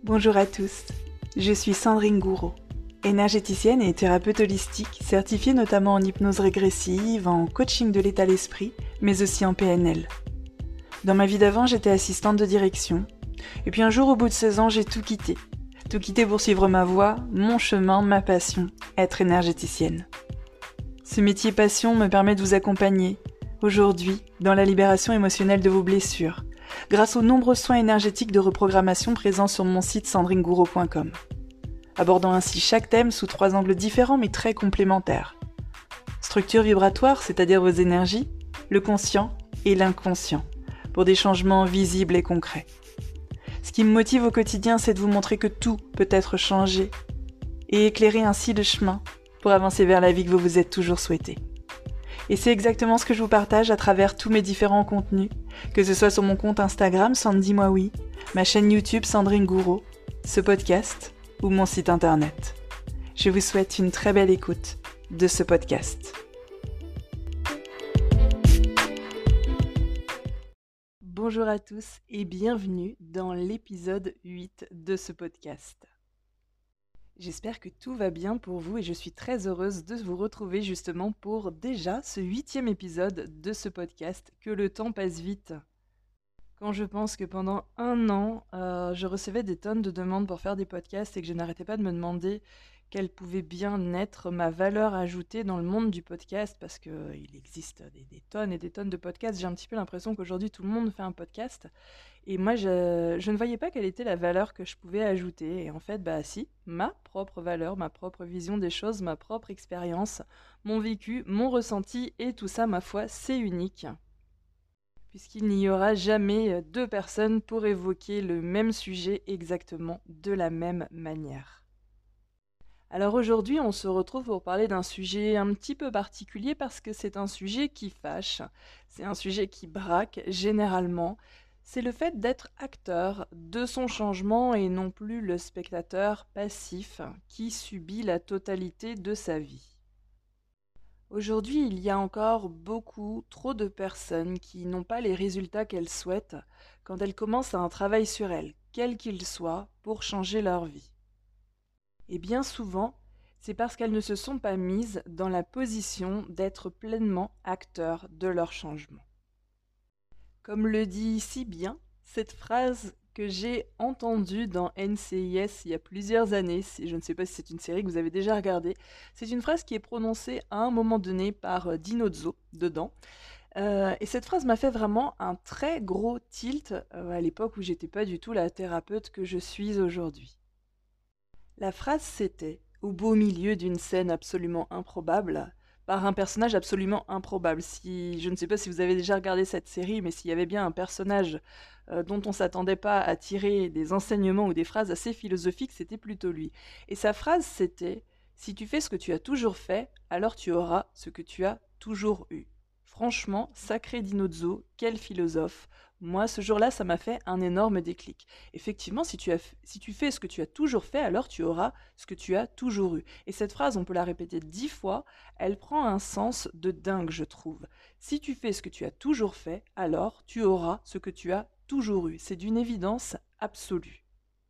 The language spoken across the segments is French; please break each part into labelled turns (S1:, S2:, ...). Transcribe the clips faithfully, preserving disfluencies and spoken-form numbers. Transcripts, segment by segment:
S1: Bonjour à tous, je suis Sandrine Gouraud, énergéticienne et thérapeute holistique, certifiée notamment en hypnose régressive, en coaching de l'état d'esprit, mais aussi en P N L. Dans ma vie d'avant, j'étais assistante de direction, et puis un jour au bout de seize ans, j'ai tout quitté. Tout quitté pour suivre ma voie, mon chemin, ma passion, être énergéticienne. Ce métier passion me permet de vous accompagner, aujourd'hui, dans la libération émotionnelle de vos blessures, grâce aux nombreux soins énergétiques de reprogrammation présents sur mon site sandrine gouraud point com, abordant ainsi chaque thème sous trois angles différents mais très complémentaires. Structure vibratoire, c'est-à-dire vos énergies, le conscient et l'inconscient, pour des changements visibles et concrets. Ce qui me motive au quotidien, c'est de vous montrer que tout peut être changé et éclairer ainsi le chemin pour avancer vers la vie que vous vous êtes toujours souhaité. Et c'est exactement ce que je vous partage à travers tous mes différents contenus, que ce soit sur mon compte Instagram Sandy Moi Oui, ma chaîne YouTube Sandrine Gouraud, ce podcast ou mon site internet. Je vous souhaite une très belle écoute de ce podcast. Bonjour à tous et bienvenue dans l'épisode huit de ce podcast. J'espère que tout va bien pour vous et je suis très heureuse de vous retrouver justement pour déjà ce huitième épisode de ce podcast, que le temps passe vite. Quand je pense que pendant un an, euh, je recevais des tonnes de demandes pour faire des podcasts et que je n'arrêtais pas de me demander quelle pouvait bien être ma valeur ajoutée dans le monde du podcast, parce qu'il existe des, des tonnes et des tonnes de podcasts. J'ai un petit peu l'impression qu'aujourd'hui tout le monde fait un podcast. Et moi, je, je ne voyais pas quelle était la valeur que je pouvais ajouter. Et en fait, bah si, ma propre valeur, ma propre vision des choses, ma propre expérience, mon vécu, mon ressenti, et tout ça, ma foi, c'est unique. Puisqu'il n'y aura jamais deux personnes pour évoquer le même sujet exactement de la même manière. Alors aujourd'hui, on se retrouve pour parler d'un sujet un petit peu particulier parce que c'est un sujet qui fâche, c'est un sujet qui braque généralement. C'est le fait d'être acteur de son changement et non plus le spectateur passif qui subit la totalité de sa vie. Aujourd'hui, il y a encore beaucoup, trop de personnes qui n'ont pas les résultats qu'elles souhaitent quand elles commencent un travail sur elles, quel qu'il soit, pour changer leur vie. Et bien souvent, c'est parce qu'elles ne se sont pas mises dans la position d'être pleinement acteurs de leur changement. Comme le dit si bien cette phrase que j'ai entendue dans N C I S il y a plusieurs années, je ne sais pas si c'est une série que vous avez déjà regardée, c'est une phrase qui est prononcée à un moment donné par Dino Zo dedans. Euh, et cette phrase m'a fait vraiment un très gros tilt euh, à l'époque où j'étais pas du tout la thérapeute que je suis aujourd'hui. La phrase c'était, au beau milieu d'une scène absolument improbable, par un personnage absolument improbable. Si, je ne sais pas si vous avez déjà regardé cette série, mais s'il y avait bien un personnage euh, dont on ne s'attendait pas à tirer des enseignements ou des phrases assez philosophiques, c'était plutôt lui. Et sa phrase c'était, si tu fais ce que tu as toujours fait, alors tu auras ce que tu as toujours eu. Franchement, sacré Dino Zo, quel philosophe. Moi, ce jour-là, ça m'a fait un énorme déclic. Effectivement, si tu, as, si tu fais ce que tu as toujours fait, alors tu auras ce que tu as toujours eu. Et cette phrase, on peut la répéter dix fois, elle prend un sens de dingue, je trouve. Si tu fais ce que tu as toujours fait, alors tu auras ce que tu as toujours eu. C'est d'une évidence absolue.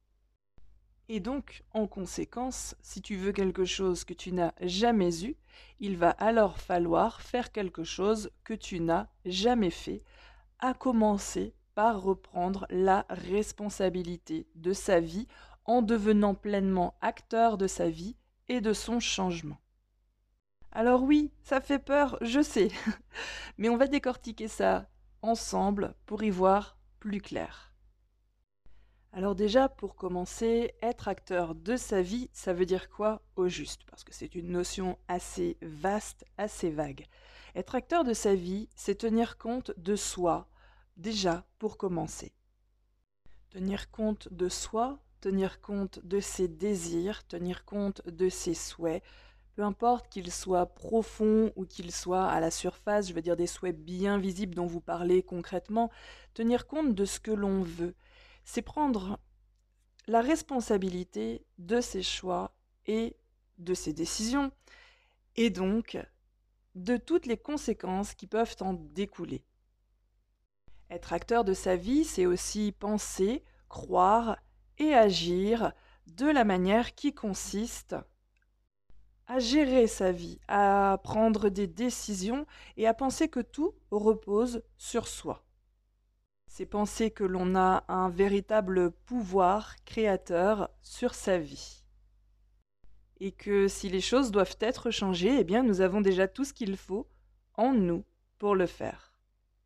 S1: Et donc, en conséquence, si tu veux quelque chose que tu n'as jamais eu, il va alors falloir faire quelque chose que tu n'as jamais fait, à commencer par reprendre la responsabilité de sa vie en devenant pleinement acteur de sa vie et de son changement. Alors oui, ça fait peur, je sais, mais on va décortiquer ça ensemble pour y voir plus clair. Alors déjà, pour commencer, être acteur de sa vie, ça veut dire quoi au juste? Parce que c'est une notion assez vaste, assez vague. Être acteur de sa vie, c'est tenir compte de soi, déjà pour commencer. Tenir compte de soi, tenir compte de ses désirs, tenir compte de ses souhaits, peu importe qu'ils soient profonds ou qu'ils soient à la surface, je veux dire des souhaits bien visibles dont vous parlez concrètement, tenir compte de ce que l'on veut. C'est prendre la responsabilité de ses choix et de ses décisions, et donc de toutes les conséquences qui peuvent en découler. Être acteur de sa vie, c'est aussi penser, croire, et agir de la manière qui consiste à gérer sa vie, à prendre des décisions et à penser que tout repose sur soi. C'est penser que l'on a un véritable pouvoir créateur sur sa vie. Et que si les choses doivent être changées, eh bien nous avons déjà tout ce qu'il faut en nous pour le faire.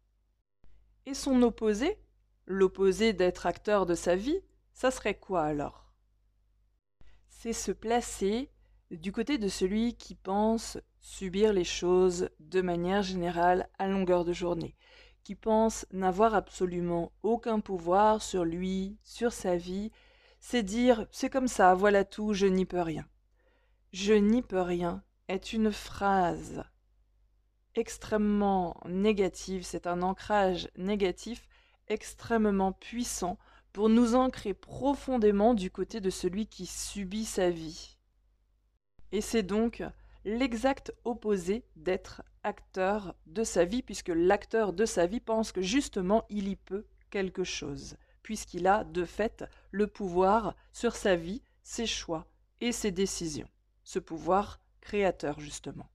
S1: Et son opposé, l'opposé d'être acteur de sa vie, ça serait quoi alors? C'est se placer du côté de celui qui pense subir les choses de manière générale à longueur de journée, qui pense n'avoir absolument aucun pouvoir sur lui, sur sa vie, c'est dire c'est comme ça, voilà tout, je n'y peux rien. Je n'y peux rien est une phrase extrêmement négative, c'est un ancrage négatif extrêmement puissant pour nous ancrer profondément du côté de celui qui subit sa vie. Et c'est donc l'exact opposé d'être acteur de sa vie, puisque l'acteur de sa vie pense que justement il y peut quelque chose, puisqu'il a de fait le pouvoir sur sa vie, ses choix et ses décisions. Ce pouvoir créateur justement.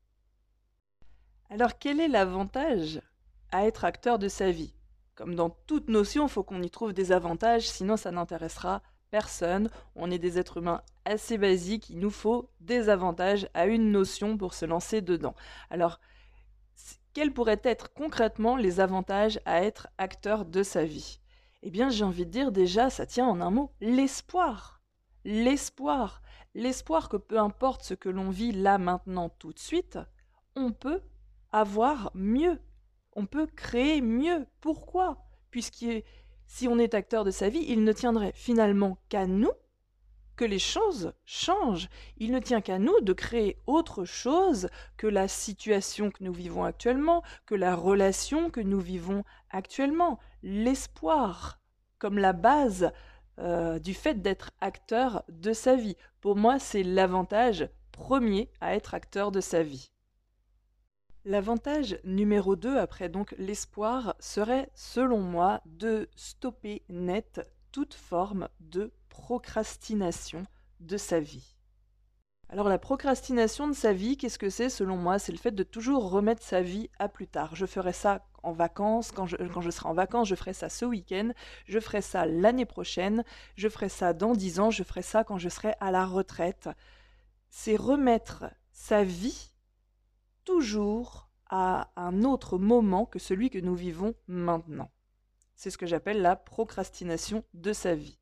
S1: Alors quel est l'avantage à être acteur de sa vie? Comme dans toute notion, il faut qu'on y trouve des avantages, sinon ça n'intéressera personne. On est des êtres humains assez basiques, il nous faut des avantages à une notion pour se lancer dedans. Alors, quels pourraient être concrètement les avantages à être acteur de sa vie? Eh bien, j'ai envie de dire déjà, ça tient en un mot, l'espoir. L'espoir. L'espoir que peu importe ce que l'on vit là, maintenant, tout de suite, on peut avoir mieux. On peut créer mieux. Pourquoi? Puisque si on est acteur de sa vie, il ne tiendrait finalement qu'à nous que les choses changent. Il ne tient qu'à nous de créer autre chose que la situation que nous vivons actuellement, que la relation que nous vivons actuellement. L'espoir comme la base euh, du fait d'être acteur de sa vie. Pour moi, c'est l'avantage premier à être acteur de sa vie. L'avantage numéro deux, après donc l'espoir, serait, selon moi, de stopper net toute forme de procrastination de sa vie. Alors la procrastination de sa vie, qu'est-ce que c'est selon moi? C'est le fait de toujours remettre sa vie à plus tard. Je ferai ça en vacances, quand je, quand je serai en vacances, je ferai ça ce week-end, je ferai ça l'année prochaine, je ferai ça dans dix ans, je ferai ça quand je serai à la retraite. C'est remettre sa vie toujours à un autre moment que celui que nous vivons maintenant. C'est ce que j'appelle la procrastination de sa vie.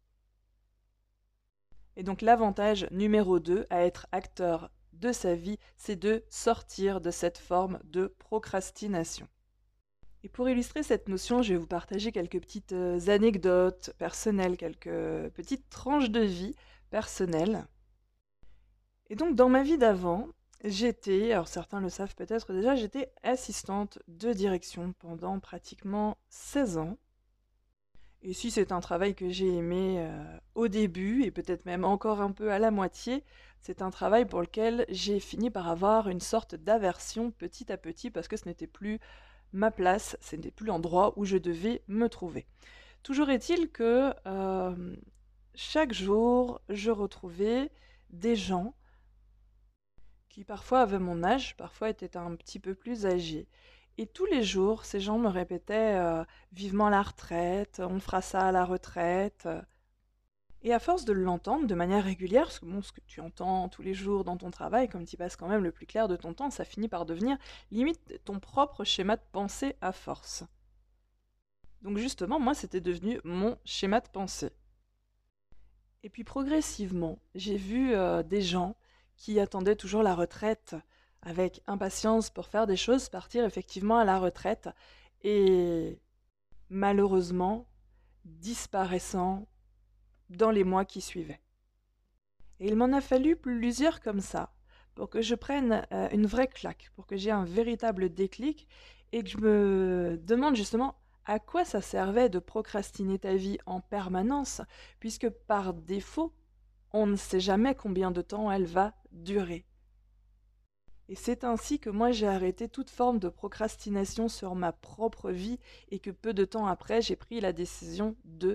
S1: Et donc l'avantage numéro deux à être acteur de sa vie, c'est de sortir de cette forme de procrastination. Et pour illustrer cette notion, je vais vous partager quelques petites anecdotes personnelles, quelques petites tranches de vie personnelles. Et donc dans ma vie d'avant, j'étais, alors certains le savent peut-être déjà, j'étais assistante de direction pendant pratiquement seize ans. Et si c'est un travail que j'ai aimé euh, au début, et peut-être même encore un peu à la moitié, c'est un travail pour lequel j'ai fini par avoir une sorte d'aversion petit à petit, parce que ce n'était plus ma place, ce n'était plus l'endroit où je devais me trouver. Toujours est-il que euh, chaque jour, je retrouvais des gens qui parfois avaient mon âge, parfois étaient un petit peu plus âgés. Et tous les jours, ces gens me répétaient euh, vivement la retraite, on fera ça à la retraite. Et à force de l'entendre de manière régulière, parce que bon, ce que tu entends tous les jours dans ton travail, comme tu passes quand même le plus clair de ton temps, ça finit par devenir limite ton propre schéma de pensée à force. Donc justement, moi, c'était devenu mon schéma de pensée. Et puis progressivement, j'ai vu euh, des gens qui attendaient toujours la retraite avec impatience pour faire des choses, partir effectivement à la retraite et malheureusement disparaissant dans les mois qui suivaient. Et il m'en a fallu plusieurs comme ça pour que je prenne euh, une vraie claque, pour que j'ai un véritable déclic et que je me demande justement à quoi ça servait de procrastiner ta vie en permanence, puisque par défaut, on ne sait jamais combien de temps elle va durer. Et c'est ainsi que moi j'ai arrêté toute forme de procrastination sur ma propre vie et que peu de temps après j'ai pris la décision de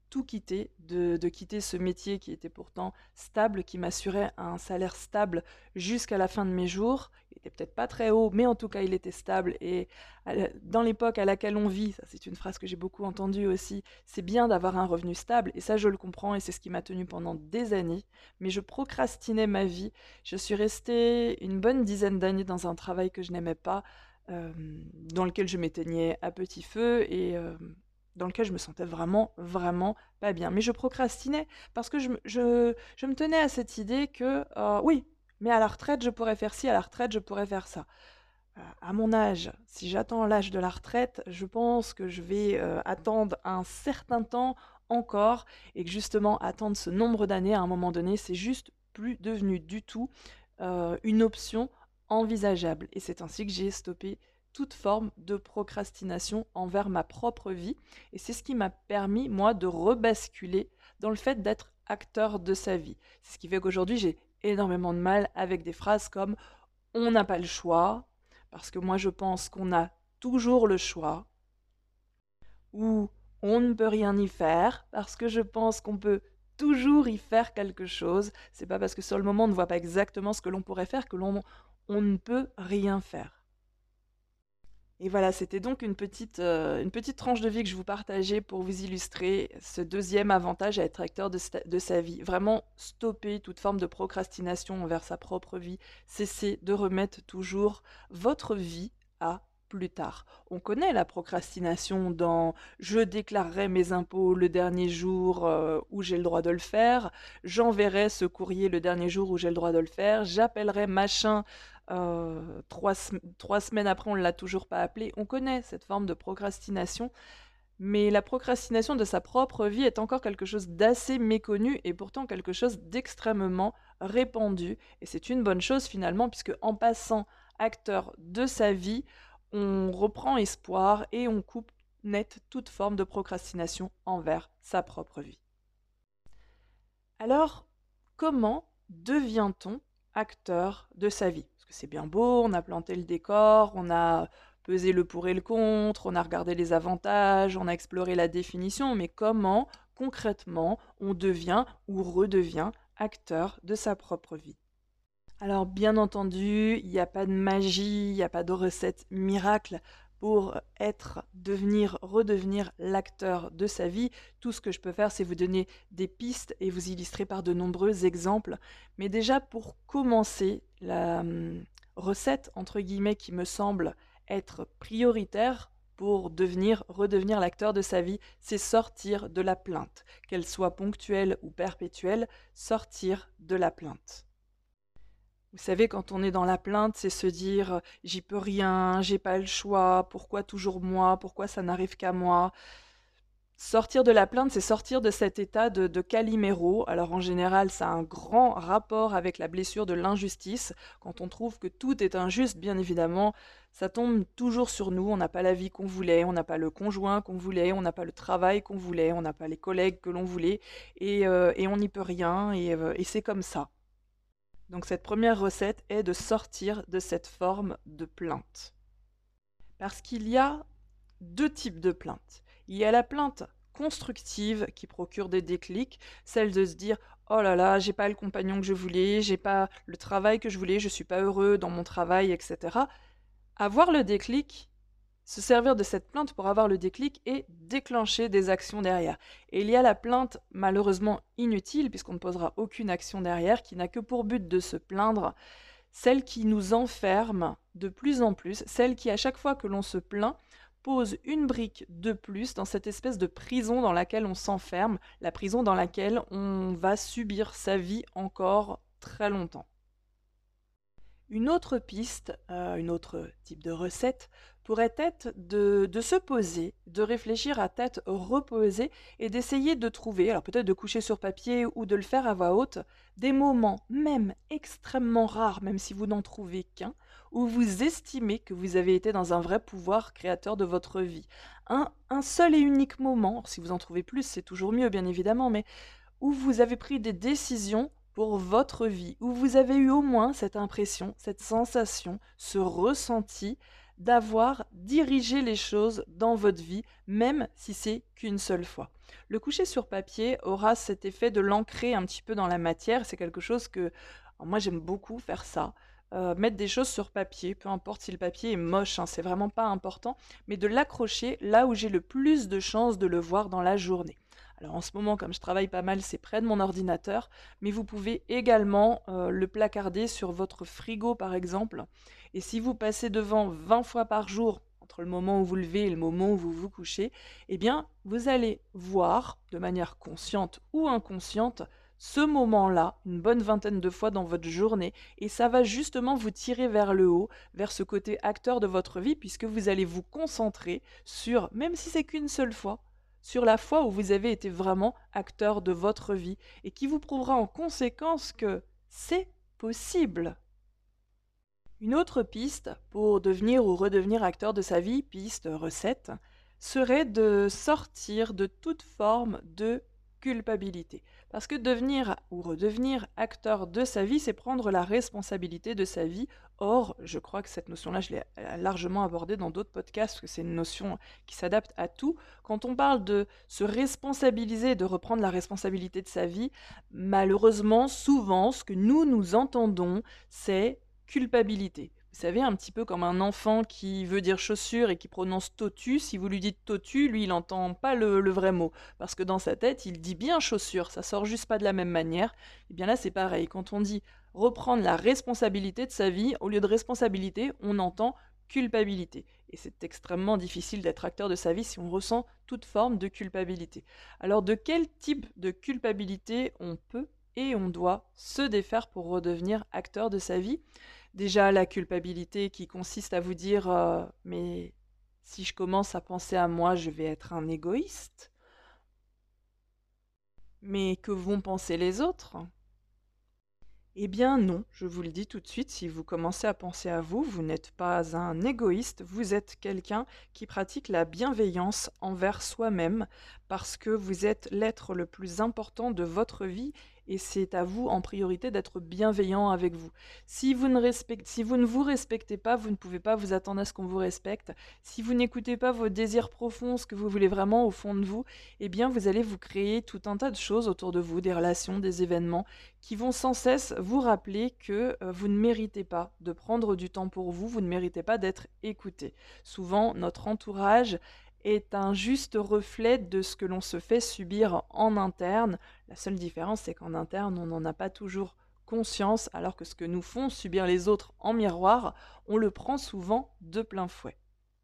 S1: tout quitter, de, de quitter ce métier qui était pourtant stable, qui m'assurait un salaire stable jusqu'à la fin de mes jours. Il était peut-être pas très haut, mais en tout cas il était stable. Et à la- dans l'époque à laquelle on vit, ça c'est une phrase que j'ai beaucoup entendue aussi, c'est bien d'avoir un revenu stable, et ça je le comprends, et c'est ce qui m'a tenue pendant des années. Mais je procrastinais ma vie. Je suis restée une bonne dizaine d'années dans un travail que je n'aimais pas, euh, dans lequel je m'éteignais à petit feu, et euh, dans lequel je me sentais vraiment, vraiment pas bien. Mais je procrastinais parce que je, me- je, je me tenais à cette idée que, euh, oui, mais à la retraite, je pourrais faire ci, à la retraite, je pourrais faire ça. Euh, à mon âge, si j'attends l'âge de la retraite, je pense que je vais euh, attendre un certain temps encore, et que justement, attendre ce nombre d'années à un moment donné, c'est juste plus devenu du tout euh, une option envisageable. Et c'est ainsi que j'ai stoppé toute forme de procrastination envers ma propre vie. Et c'est ce qui m'a permis, moi, de rebasculer dans le fait d'être acteur de sa vie. C'est ce qui fait qu'aujourd'hui, j'ai énormément de mal avec des phrases comme on n'a pas le choix, parce que moi je pense qu'on a toujours le choix, ou on ne peut rien y faire, parce que je pense qu'on peut toujours y faire quelque chose. C'est pas parce que sur le moment on ne voit pas exactement ce que l'on pourrait faire que l'on on ne peut rien faire. Et voilà, c'était donc une petite, euh, une petite tranche de vie que je vous partageais pour vous illustrer ce deuxième avantage à être acteur de, sta- de sa vie. Vraiment stopper toute forme de procrastination envers sa propre vie. Cesser de remettre toujours votre vie à plus tard. On connaît la procrastination dans je déclarerai mes impôts le dernier jour euh, où j'ai le droit de le faire, j'enverrai ce courrier le dernier jour où j'ai le droit de le faire, j'appellerai machin euh, trois, sem- trois semaines après, on ne l'a toujours pas appelé. On connaît cette forme de procrastination, mais la procrastination de sa propre vie est encore quelque chose d'assez méconnu, et pourtant quelque chose d'extrêmement répandu. Et c'est une bonne chose finalement, puisque en passant acteur de sa vie, on reprend espoir et on coupe net toute forme de procrastination envers sa propre vie. Alors, comment devient-on acteur de sa vie? Parce que c'est bien beau, on a planté le décor, on a pesé le pour et le contre, on a regardé les avantages, on a exploré la définition, mais comment concrètement on devient ou redevient acteur de sa propre vie? Alors bien entendu, il n'y a pas de magie, il n'y a pas de recette miracle pour être, devenir, redevenir l'acteur de sa vie. Tout ce que je peux faire, c'est vous donner des pistes et vous illustrer par de nombreux exemples. Mais déjà, pour commencer, la hum, recette, entre guillemets, qui me semble être prioritaire pour devenir, redevenir l'acteur de sa vie, c'est sortir de la plainte. Qu'elle soit ponctuelle ou perpétuelle, sortir de la plainte. Vous savez, quand on est dans la plainte, c'est se dire euh, j'y peux rien, j'ai pas le choix, pourquoi toujours moi, pourquoi ça n'arrive qu'à moi. Sortir de la plainte, c'est sortir de cet état de, de Calimero. Alors en général, ça a un grand rapport avec la blessure de l'injustice. Quand on trouve que tout est injuste, bien évidemment, ça tombe toujours sur nous. On n'a pas la vie qu'on voulait, on n'a pas le conjoint qu'on voulait, on n'a pas le travail qu'on voulait, on n'a pas les collègues que l'on voulait, et, euh, et on n'y peut rien, et, euh, et c'est comme ça. Donc cette première recette est de sortir de cette forme de plainte. Parce qu'il y a deux types de plaintes. Il y a la plainte constructive qui procure des déclics, celle de se dire oh là là, j'ai pas le compagnon que je voulais, j'ai pas le travail que je voulais, je suis pas heureux dans mon travail, et cetera. Avoir le déclic, se servir de cette plainte pour avoir le déclic et déclencher des actions derrière. Et il y a la plainte malheureusement inutile, puisqu'on ne posera aucune action derrière, qui n'a que pour but de se plaindre, celle qui nous enferme de plus en plus, celle qui, à chaque fois que l'on se plaint, pose une brique de plus dans cette espèce de prison dans laquelle on s'enferme, la prison dans laquelle on va subir sa vie encore très longtemps. Une autre piste, euh, une autre type de recette, pourrait être de, de se poser, de réfléchir à tête reposée et d'essayer de trouver, alors peut-être de coucher sur papier ou de le faire à voix haute, des moments, même extrêmement rares, même si vous n'en trouvez qu'un, où vous estimez que vous avez été dans un vrai pouvoir créateur de votre vie. Un, un seul et unique moment, si vous en trouvez plus, c'est toujours mieux bien évidemment, mais où vous avez pris des décisions pour votre vie, où vous avez eu au moins cette impression, cette sensation, ce ressenti d'avoir dirigé les choses dans votre vie, même si c'est qu'une seule fois. Le coucher sur papier aura cet effet de l'ancrer un petit peu dans la matière. C'est quelque chose que alors moi j'aime beaucoup faire ça. Euh, mettre des choses sur papier, peu importe si le papier est moche, hein, c'est vraiment pas important, mais de l'accrocher là où j'ai le plus de chances de le voir dans la journée. Alors en ce moment, comme je travaille pas mal, c'est près de mon ordinateur, mais vous pouvez également euh, le placarder sur votre frigo par exemple. Et si vous passez devant vingt fois par jour, entre le moment où vous levez et le moment où vous vous couchez, eh bien vous allez voir de manière consciente ou inconsciente ce moment-là une bonne vingtaine de fois dans votre journée, et ça va justement vous tirer vers le haut, vers ce côté acteur de votre vie, puisque vous allez vous concentrer sur, même si c'est qu'une seule fois, sur la fois où vous avez été vraiment acteur de votre vie, et qui vous prouvera en conséquence que c'est possible. Une autre piste pour devenir ou redevenir acteur de sa vie, piste recette, serait de sortir de toute forme de culpabilité. Parce que devenir ou redevenir acteur de sa vie, c'est prendre la responsabilité de sa vie. Or, je crois que cette notion-là, je l'ai largement abordée dans d'autres podcasts, parce que c'est une notion qui s'adapte à tout. Quand on parle de se responsabiliser, de reprendre la responsabilité de sa vie, malheureusement, souvent, ce que nous, nous entendons, c'est culpabilité. Vous savez, un petit peu comme un enfant qui veut dire chaussure et qui prononce totu. Si vous lui dites totu, lui, il n'entend pas le, le vrai mot. Parce que dans sa tête, il dit bien chaussure. Ça sort juste pas de la même manière. Et bien là, c'est pareil. Quand on dit reprendre la responsabilité de sa vie, au lieu de responsabilité, on entend culpabilité. Et c'est extrêmement difficile d'être acteur de sa vie si on ressent toute forme de culpabilité. Alors, de quel type de culpabilité on peut et on doit se défaire pour redevenir acteur de sa vie? Déjà, la culpabilité qui consiste à vous dire euh, mais si je commence à penser à moi, je vais être un égoïste. Mais que vont penser les autres? Eh bien non, je vous le dis tout de suite, si vous commencez à penser à vous, vous n'êtes pas un égoïste, vous êtes quelqu'un qui pratique la bienveillance envers soi-même parce que vous êtes l'être le plus important de votre vie et c'est à vous en priorité d'être bienveillant avec vous. Si vous ne respectez, si vous ne vous respectez pas, vous ne pouvez pas vous attendre à ce qu'on vous respecte. Si vous n'écoutez pas vos désirs profonds, ce que vous voulez vraiment au fond de vous, eh bien vous allez vous créer tout un tas de choses autour de vous, des relations, des événements qui vont sans cesse vous rappeler que euh, vous ne méritez pas de prendre du temps pour vous, vous ne méritez pas d'être écouté. Souvent, notre entourage est un juste reflet de ce que l'on se fait subir en interne. La seule différence, c'est qu'en interne, on n'en a pas toujours conscience, alors que ce que nous font subir les autres en miroir, on le prend souvent de plein fouet.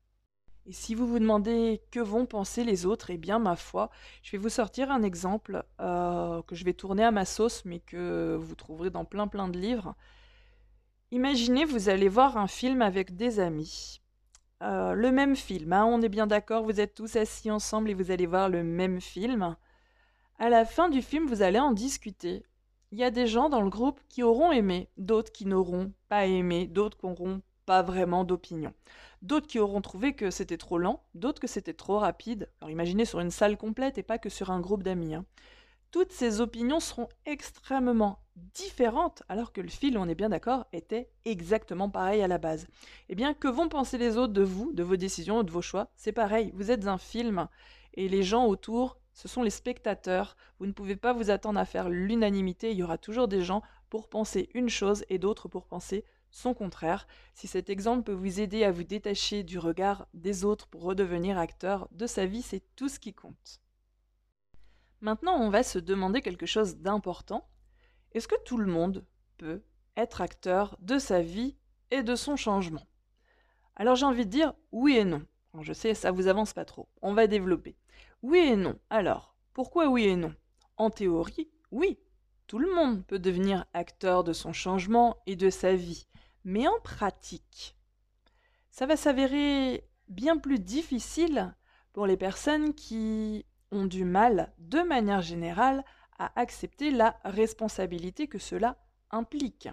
S1: Et si vous vous demandez que vont penser les autres, eh bien, ma foi, je vais vous sortir un exemple euh, que je vais tourner à ma sauce, mais que vous trouverez dans plein plein de livres. Imaginez, vous allez voir un film avec des amis. Euh, le même film, hein, on est bien d'accord, vous êtes tous assis ensemble et vous allez voir le même film. À la fin du film, vous allez en discuter. Il y a des gens dans le groupe qui auront aimé, d'autres qui n'auront pas aimé, d'autres qui n'auront pas vraiment d'opinion. D'autres qui auront trouvé que c'était trop lent, d'autres que c'était trop rapide. Alors imaginez sur une salle complète et pas que sur un groupe d'amis, hein. Toutes ces opinions seront extrêmement différentes, alors que le film, on est bien d'accord, était exactement pareil à la base. Eh bien, que vont penser les autres de vous, de vos décisions, de vos choix? C'est pareil, vous êtes un film, et les gens autour, ce sont les spectateurs. Vous ne pouvez pas vous attendre à faire l'unanimité, il y aura toujours des gens pour penser une chose et d'autres pour penser son contraire. Si cet exemple peut vous aider à vous détacher du regard des autres pour redevenir acteur de sa vie, c'est tout ce qui compte. Maintenant, on va se demander quelque chose d'important. Est-ce que tout le monde peut être acteur de sa vie et de son changement? Alors j'ai envie de dire oui et non. Bon, je sais, ça vous avance pas trop. On va développer. Oui et non. Alors, pourquoi oui et non? En théorie, oui. Tout le monde peut devenir acteur de son changement et de sa vie. Mais en pratique, ça va s'avérer bien plus difficile pour les personnes qui ont du mal, de manière générale, à accepter la responsabilité que cela implique.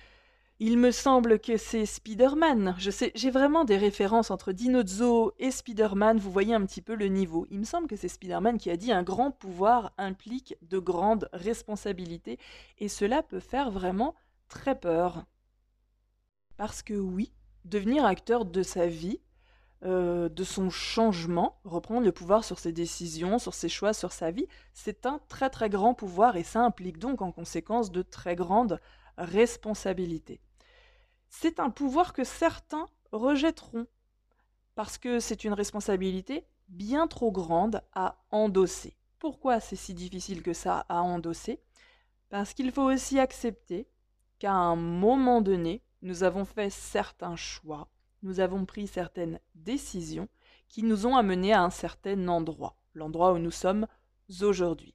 S1: Il me semble que c'est Spider-Man. Je sais, j'ai vraiment des références entre Dinozzo et Spider-Man. Vous voyez un petit peu le niveau. Il me semble que c'est Spider-Man qui a dit un grand pouvoir implique de grandes responsabilités. Et cela peut faire vraiment très peur. Parce que oui, devenir acteur de sa vie, euh, de son changement, reprendre le pouvoir sur ses décisions, sur ses choix, sur sa vie, c'est un très très grand pouvoir et ça implique donc en conséquence de très grandes responsabilités. C'est un pouvoir que certains rejetteront parce que c'est une responsabilité bien trop grande à endosser. Pourquoi c'est si difficile que ça à endosser? Parce qu'il faut aussi accepter qu'à un moment donné, nous avons fait certains choix, nous avons pris certaines décisions qui nous ont amenés à un certain endroit, l'endroit où nous sommes aujourd'hui.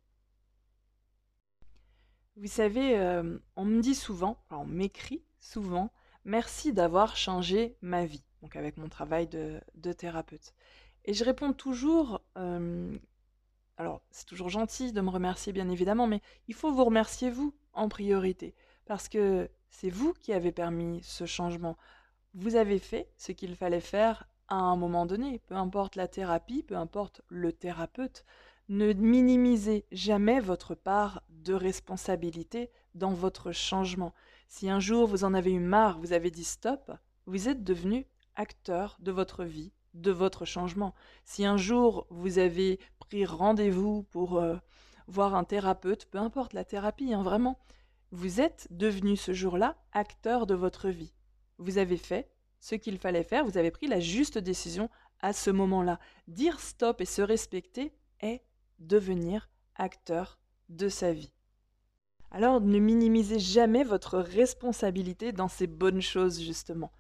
S1: Vous savez, euh, on me dit souvent, enfin, on m'écrit souvent, merci d'avoir changé ma vie, donc avec mon travail de, de thérapeute. Et je réponds toujours, euh, alors c'est toujours gentil de me remercier bien évidemment, mais il faut vous remercier vous en priorité, parce que c'est vous qui avez permis ce changement. Vous avez fait ce qu'il fallait faire à un moment donné, peu importe la thérapie, peu importe le thérapeute. Ne minimisez jamais votre part de responsabilité dans votre changement. Si un jour vous en avez eu marre, vous avez dit stop, vous êtes devenu acteur de votre vie, de votre changement. Si un jour vous avez pris rendez-vous pour euh, voir un thérapeute, peu importe la thérapie, hein, vraiment, vous êtes devenu ce jour-là acteur de votre vie. Vous avez fait ce qu'il fallait faire, vous avez pris la juste décision à ce moment-là. Dire stop et se respecter est devenir acteur de sa vie. Alors ne minimisez jamais votre responsabilité dans ces bonnes choses, justement.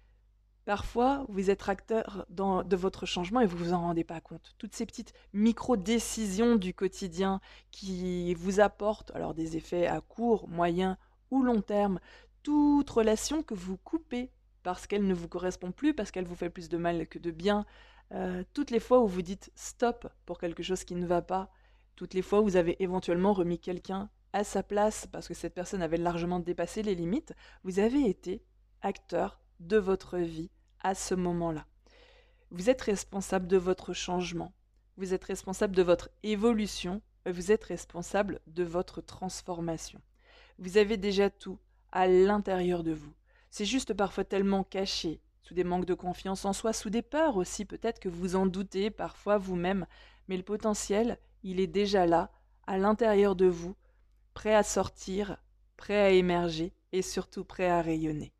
S1: Parfois, vous êtes acteur dans- de votre changement et vous vous en rendez pas compte. Toutes ces petites micro-décisions du quotidien qui vous apportent alors des effets à court, moyen ou long terme, toute relation que vous coupez parce qu'elle ne vous correspond plus, parce qu'elle vous fait plus de mal que de bien, euh, toutes les fois où vous dites stop pour quelque chose qui ne va pas, toutes les fois où vous avez éventuellement remis quelqu'un à sa place parce que cette personne avait largement dépassé les limites, vous avez été acteur de votre vie à ce moment-là. Vous êtes responsable de votre changement, vous êtes responsable de votre évolution, vous êtes responsable de votre transformation. Vous avez déjà tout à l'intérieur de vous. C'est juste parfois tellement caché, sous des manques de confiance en soi, sous des peurs aussi, peut-être que vous en doutez parfois vous-même, mais le potentiel, il est déjà là, à l'intérieur de vous, prêt à sortir, prêt à émerger et surtout prêt à rayonner.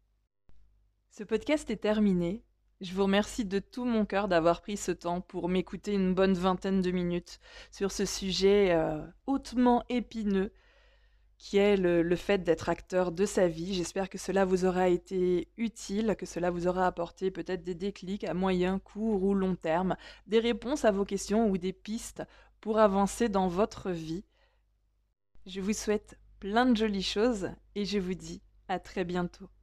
S1: Ce podcast est terminé. Je vous remercie de tout mon cœur d'avoir pris ce temps pour m'écouter une bonne vingtaine de minutes sur ce sujet euh, hautement épineux qui est le, le fait d'être acteur de sa vie. J'espère que cela vous aura été utile, que cela vous aura apporté peut-être des déclics à moyen, court ou long terme, des réponses à vos questions ou des pistes pour avancer dans votre vie. Je vous souhaite plein de jolies choses et je vous dis à très bientôt.